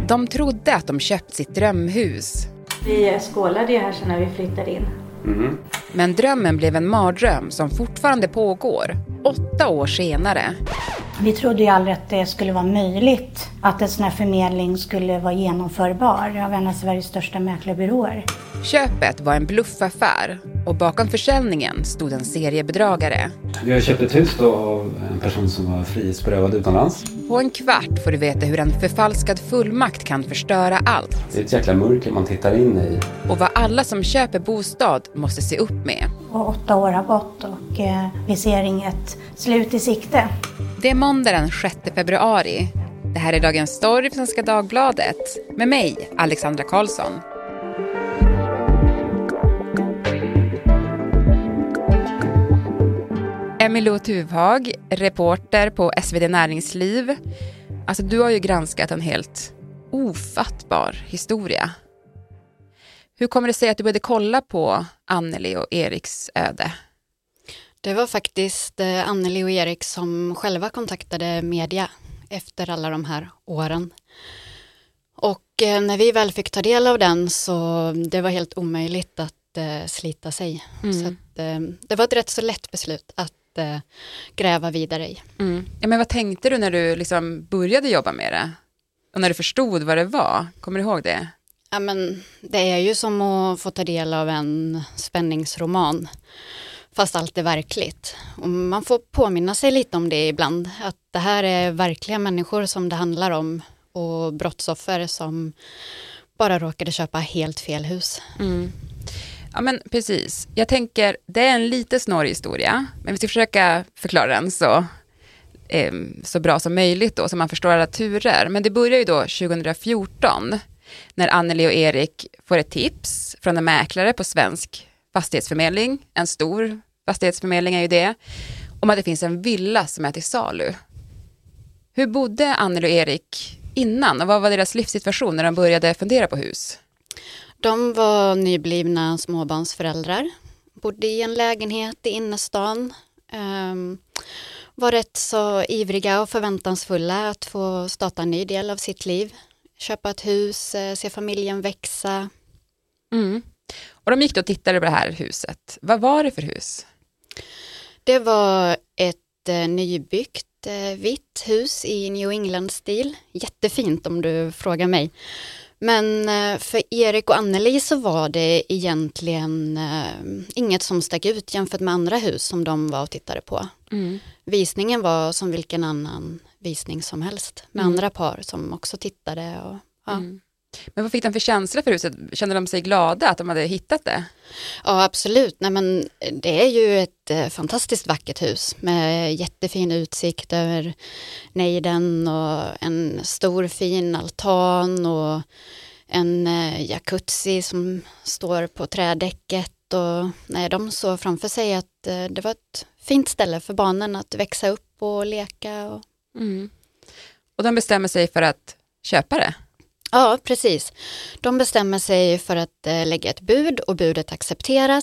De trodde att de köpt sitt drömhus. Vi skålade ju här sen när vi flyttade in. Mm. Men drömmen blev en mardröm som fortfarande pågår, 8 år senare. Vi trodde ju aldrig att det skulle vara möjligt att en sån här förmedling skulle vara genomförbar av en av Sveriges största mäklarbyråer. Köpet var en bluffaffär och bakom försäljningen stod en seriebedragare. Vi har köpt ett hus då av en person som var frihetsberövad utomlands. På en kvart får du veta hur en förfalskad fullmakt kan förstöra allt. Det är ett jäkla mörker man tittar in i. Och vad alla som köper bostad måste se upp med. Och 8 år har gått och vi ser inget slut i sikte. Det är måndag den 6 februari. Det här är Dagens Story för Svenska Dagbladet. Med mig, Alexandra Karlsson. Emilio Tuvhag, reporter på SvD Näringsliv. Alltså du har ju granskat en helt ofattbar historia. Hur kommer det sig att du började kolla på Anneli och Eriks öde? Det var faktiskt Anneli och Erik som själva kontaktade media efter alla de här åren. Och när vi väl fick ta del av den så det var helt omöjligt att slita sig. Så att, det var ett rätt så lätt beslut att gräva vidare i. Ja, men vad tänkte du när du liksom började jobba med det? Och när du förstod vad det var? Kommer du ihåg det? Ja, men det är ju som att få ta del av en spänningsroman. Fast allt är verkligt. Och man får påminna sig lite om det ibland. Att det här är verkliga människor som det handlar om. Och brottsoffer som bara råkade köpa helt fel hus. Ja men precis. Jag tänker, det är en lite snårig historia. Men vi ska försöka förklara den så bra som möjligt då. Så man förstår alla turer. Men det börjar ju då 2014. När Anneli och Erik får ett tips från en mäklare på Svensk fastighetsförmedling. En stor fastighetsförmedling är ju det. Om att det finns en villa som är till salu. Hur bodde Anneli och Erik innan? Och vad var deras livssituation när de började fundera på hus? De var nyblivna småbarnsföräldrar. Bodde i en lägenhet i innerstan. Var rätt så ivriga och förväntansfulla att få starta en ny del av sitt liv. Köpa ett hus, se familjen växa. Och de gick då och tittade på det här huset. Vad var det för hus? Det var ett nybyggt vitt hus i New England-stil. Jättefint om du frågar mig. Men för Erik och Anneli så var det egentligen inget som stack ut jämfört med andra hus som de var och tittade på. Visningen var som vilken annan visning som helst med andra par som också tittade. Och, ja. Men vad fick de för känsla för huset? Kände de sig glada att de hade hittat det? Ja, absolut. Nej, men det är ju ett fantastiskt vackert hus med jättefin utsikt över nejden och en stor fin altan och en jacuzzi som står på trädäcket. Och, nej, de såg framför sig att det var ett fint ställe för barnen att växa upp och leka. Och de bestämmer sig för att köpa det? Ja, precis. De bestämmer sig för att lägga ett bud och budet accepteras.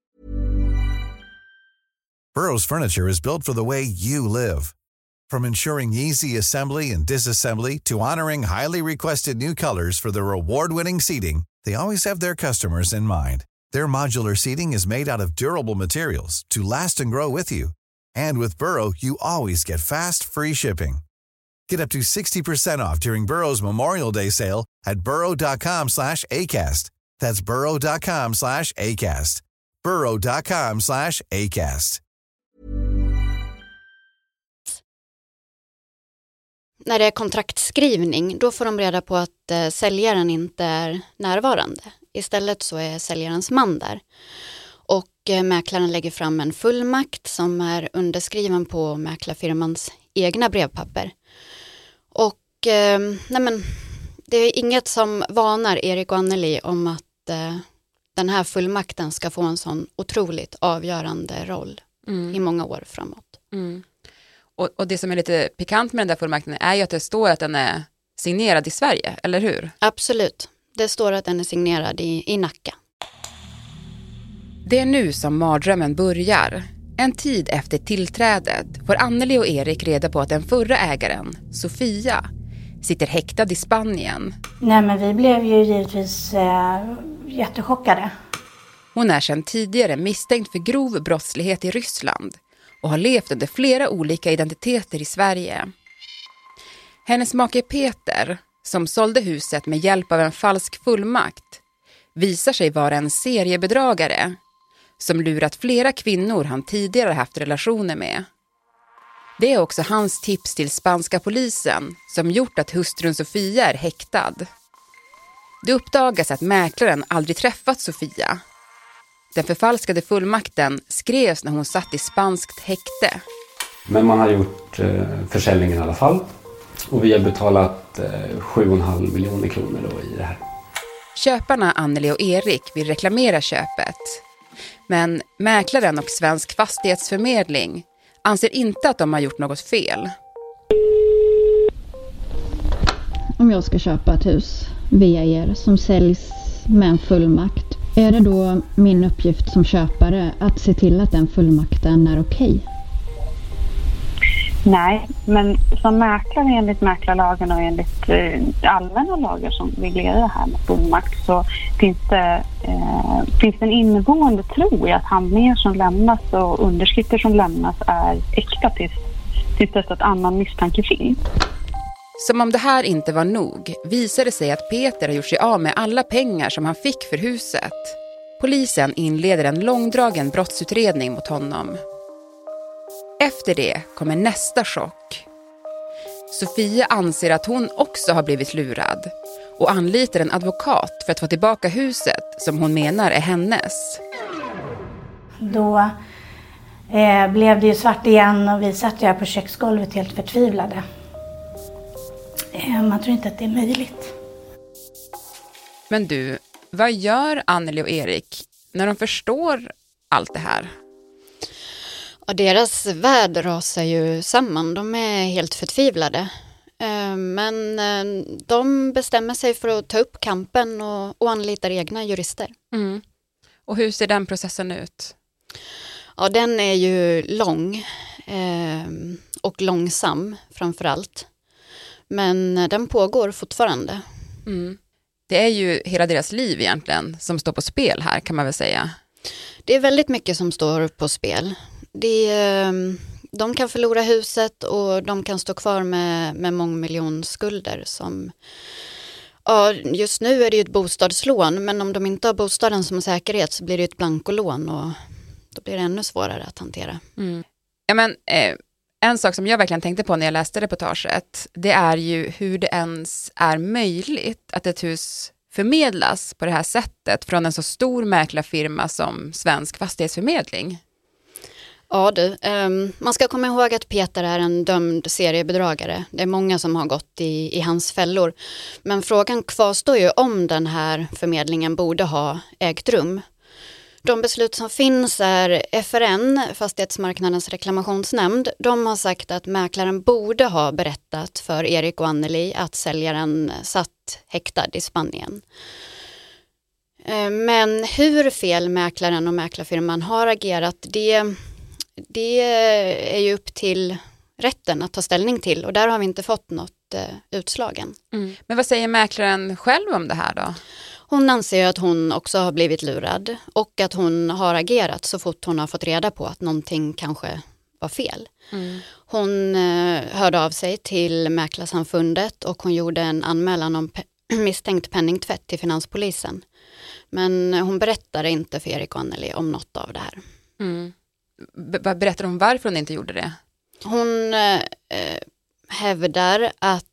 Burrow's furniture is built for the way you live. From ensuring easy assembly and disassembly to honoring highly requested new colors for their award-winning seating, they always have their customers in mind. Their modular seating is made out of durable materials to last and grow with you. And with Burrow, you always get fast, free shipping. Get up to 60% off during Burrow's Memorial Day sale at burrow.com/ACAST. That's burrow.com/ACAST. burrow.com/ACAST. När det är kontraktskrivning, då får de reda på att säljaren inte är närvarande. Istället så är säljarens man där. Och mäklaren lägger fram en fullmakt som är underskriven på mäklarfirmans egna brevpapper. Och det är inget som varnar Erik och Anneli om att den här fullmakten ska få en sån otroligt avgörande roll i många år framåt. Och det som är lite pikant med den där fullmakten är ju att det står att den är signerad i Sverige, eller hur? Absolut. Det står att den är signerad i Nacka. Det är nu som mardrömmen börjar. En tid efter tillträdet får Anneli och Erik reda på att den förra ägaren, Sofia, sitter häktad i Spanien. Nej, men vi blev ju givetvis jättechockade. Hon är sedan tidigare misstänkt för grov brottslighet i Ryssland och har levt under flera olika identiteter i Sverige. Hennes make Peter, som sålde huset med hjälp av en falsk fullmakt, visar sig vara en seriebedragare som lurat flera kvinnor han tidigare haft relationer med. Det är också hans tips till spanska polisen som gjort att hustrun Sofia är häktad. Det uppdagas att mäklaren aldrig träffat Sofia. Den förfalskade fullmakten skrevs när hon satt i spanskt häkte. Men man har gjort försäljningen i alla fall. Och vi har betalat 7,5 miljoner kronor då i det här. Köparna Anneli och Erik vill reklamera köpet. Men mäklaren och Svensk fastighetsförmedling anser inte att de har gjort något fel. Om jag ska köpa ett hus via er som säljs med en fullmakt, är det då min uppgift som köpare att se till att den fullmakten är okej? Nej, men som mäklare enligt mäklarlagen och enligt allmänna lagar som reglerar det här med fullmakt så finns det en inneboende tro i att handlingar som lämnas och underskrifter som lämnas är äkta tills dess att annan misstanke finns. Som om det här inte var nog visade det sig att Peter har gjort sig av med alla pengar som han fick för huset. Polisen inleder en långdragen brottsutredning mot honom. Efter det kommer nästa chock. Sofia anser att hon också har blivit lurad och anlitar en advokat för att få tillbaka huset som hon menar är hennes. Då blev det ju svart igen och vi satt ju på köksgolvet helt förtvivlade. Man tror inte att det är möjligt. Men du, vad gör Anneli och Erik när de förstår allt det här? Ja, deras värld rasar ju samman. De är helt förtvivlade. Men de bestämmer sig för att ta upp kampen och anlitar egna jurister. Mm. Och hur ser den processen ut? Ja, den är ju lång och långsam framför allt. Men den pågår fortfarande. Mm. Det är ju hela deras liv egentligen som står på spel här, kan man väl säga. Det är väldigt mycket som står på spel. De kan förlora huset och de kan stå kvar med mångmiljonskulder som... Ja, just nu är det ju ett bostadslån, men om de inte har bostaden som säkerhet så blir det ett blankolån och då blir det ännu svårare att hantera. Mm. Ja, men en sak som jag verkligen tänkte på när jag läste reportaget, det är ju hur det ens är möjligt att ett hus förmedlas på det här sättet från en så stor mäklarfirma som Svensk fastighetsförmedling. Ja du, man ska komma ihåg att Peter är en dömd seriebedragare. Det är många som har gått i hans fällor. Men frågan kvarstår ju om den här förmedlingen borde ha ägt rum. De beslut som finns är FRN, Fastighetsmarknadens reklamationsnämnd. De har sagt att mäklaren borde ha berättat för Erik och Anneli att säljaren satt häktad i Spanien. Men hur fel mäklaren och mäklarfirman har agerat, det är ju upp till rätten att ta ställning till. Och där har vi inte fått något utslag än. Mm. Men vad säger mäklaren själv om det här då? Hon anser att hon också har blivit lurad och att hon har agerat så fort hon har fått reda på att någonting kanske var fel. Mm. Hon hörde av sig till Mäklarsamfundet och hon gjorde en anmälan om misstänkt penningtvätt till finanspolisen. Men hon berättade inte för Erik och Anneli om något av det här. Mm. Berättar hon varför hon inte gjorde det? Hon hävdar att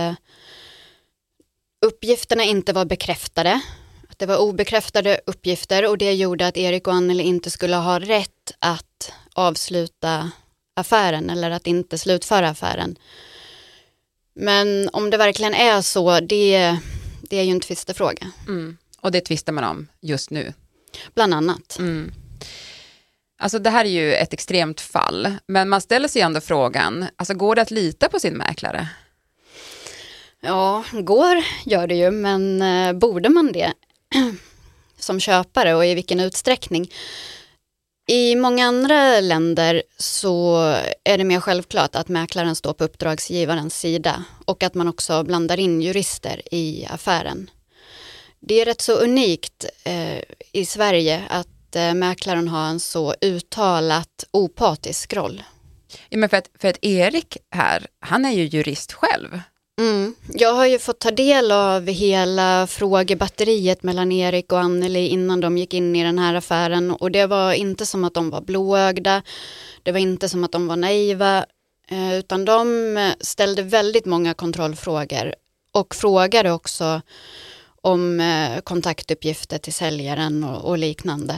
uppgifterna inte var bekräftade. Att det var obekräftade uppgifter och det gjorde att Erik och Anneli inte skulle ha rätt att avsluta affären eller att inte slutföra affären. Men om det verkligen är så, det är ju en tvistefråga. Mm. Och det tvistar man om just nu? Bland annat. Mm. Alltså det här är ju ett extremt fall, men man ställer sig ändå frågan, alltså går det att lita på sin mäklare? Ja, gör det ju, men borde man det som köpare och i vilken utsträckning? I många andra länder så är det mer självklart att mäklaren står på uppdragsgivarens sida och att man också blandar in jurister i affären. Det är rätt så unikt i Sverige att mäklaren har en så uttalat opartisk roll. Ja, men för att Erik här, han är ju jurist själv. Jag har ju fått ta del av hela frågebatteriet mellan Erik och Anneli innan de gick in i den här affären, och det var inte som att de var blåögda, det var inte som att de var naiva, utan de ställde väldigt många kontrollfrågor och frågade också om kontaktuppgifter till säljaren och liknande.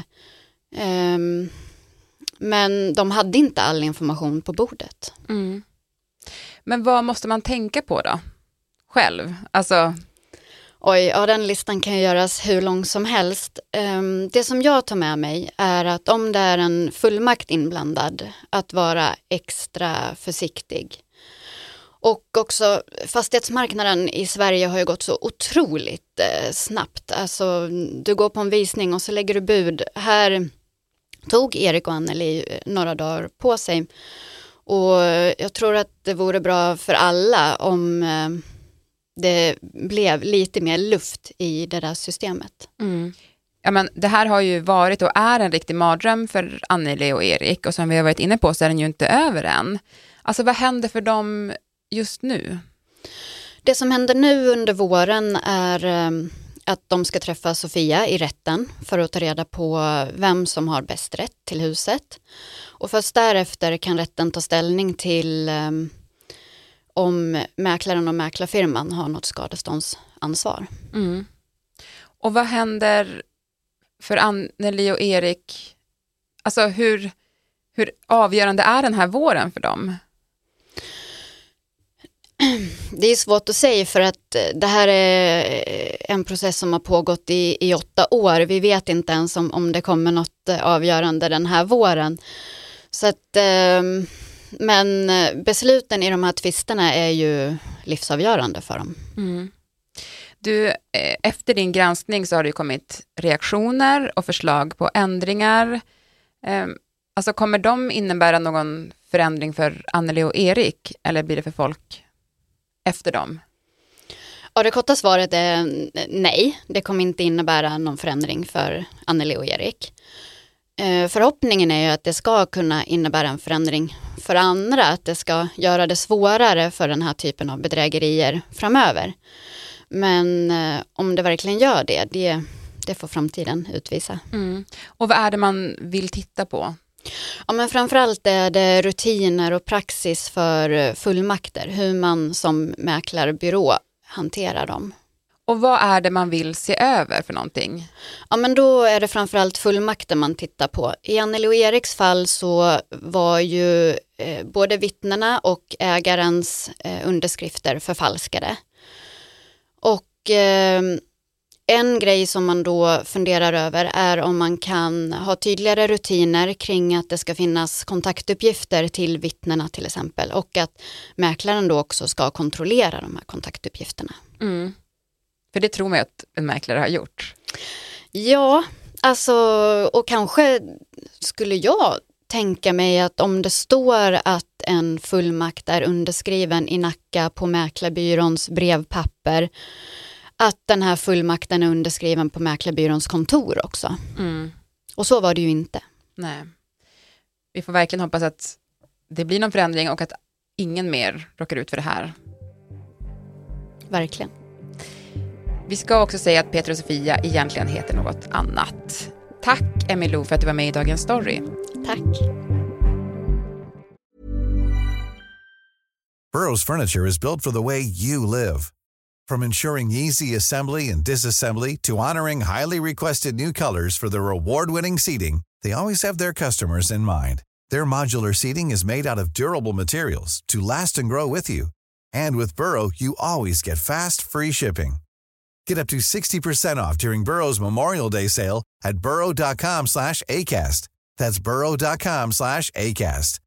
Men de hade inte all information på bordet. Men vad måste man tänka på då? Själv? Alltså... Den listan kan ju göras hur lång som helst. Det som jag tar med mig är att om det är en fullmakt inblandad, att vara extra försiktig. Och också fastighetsmarknaden i Sverige har ju gått så otroligt snabbt. Alltså du går på en visning och så lägger du bud. Här tog Erik och Anneli några dagar på sig. Och jag tror att det vore bra för alla om det blev lite mer luft i det där systemet. Ja, men det här har ju varit och är en riktig mardröm för Anneli och Erik, och som vi har varit inne på så är den ju inte över än. Alltså vad händer för dem just nu? Det som händer nu under våren är att de ska träffa Sofia i rätten för att ta reda på vem som har bäst rätt till huset. Och först därefter kan rätten ta ställning till om mäklaren och mäklarfirman har något skadeståndsansvar. Och vad händer för Anneli och Erik? Alltså hur avgörande är den här våren för dem? Det är svårt att säga, för att det här är en process som har pågått i 8 år. Vi vet inte ens om det kommer något avgörande den här våren. Så att, men besluten i de här tvisterna är ju livsavgörande för dem. Du, efter din granskning så har det kommit reaktioner och förslag på ändringar. Alltså kommer de innebära någon förändring för Anneli och Erik, eller blir det för folk efter dem? Ja, det korta svaret är nej. Det kommer inte innebära någon förändring för Anneli och Erik. Förhoppningen är ju att det ska kunna innebära en förändring för andra, att det ska göra det svårare för den här typen av bedrägerier framöver. Men om det verkligen gör det får framtiden utvisa. Och vad är det man vill titta på? Ja, men framförallt är det rutiner och praxis för fullmakter, hur man som mäklarbyrå hanterar dem. Och vad är det man vill se över för någonting? Ja, men då är det framförallt fullmakter man tittar på. I Anneli och Eriks fall så var ju både vittnena och ägarens underskrifter förfalskade. Och en grej som man då funderar över är om man kan ha tydligare rutiner kring att det ska finnas kontaktuppgifter till vittnena till exempel, och att mäklaren då också ska kontrollera de här kontaktuppgifterna. För det tror man att en mäklare har gjort. Ja, alltså, och kanske skulle jag tänka mig att om det står att en fullmakt är underskriven i Nacka på mäklarbyråns brevpapper, att den här fullmakten är underskriven på mäklarbyråns kontor också. Och så var det ju inte. Nej. Vi får verkligen hoppas att det blir någon förändring och att ingen mer råkar ut för det här. Verkligen. Vi ska också säga att Peter och Sofia egentligen heter något annat. Tack Emilou för att du var med i Dagens Story. Tack. Burrow's furniture is built for the way you live. From ensuring easy assembly and disassembly to honoring highly requested new colors for their award-winning seating, they always have their customers in mind. Their modular seating is made out of durable materials to last and grow with you. And with Burrow, you always get fast, free shipping. Get up to 60% off during Burrow's Memorial Day sale at burrow.com/ACAST. That's burrow.com/ACAST.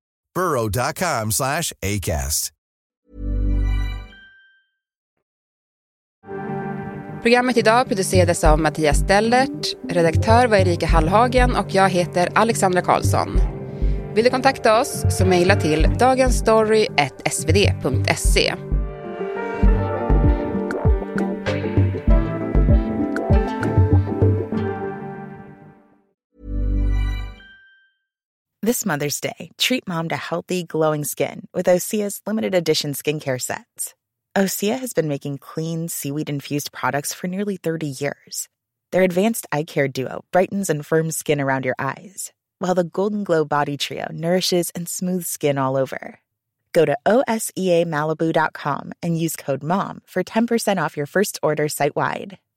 burrow.com/ACAST. Programmet idag producerades av Mattias Stellert, redaktör var Erika Hallhagen och jag heter Alexandra Karlsson. Vill du kontakta oss så mejla till dagensstory@svd.se. This Mother's Day, treat mom to healthy, glowing skin with Osea's limited edition skincare sets. Osea has been making clean, seaweed-infused products for nearly 30 years. Their advanced eye care duo brightens and firms skin around your eyes, while the Golden Glow Body Trio nourishes and smooths skin all over. Go to OSEAMalibu.com and use code MOM for 10% off your first order site-wide.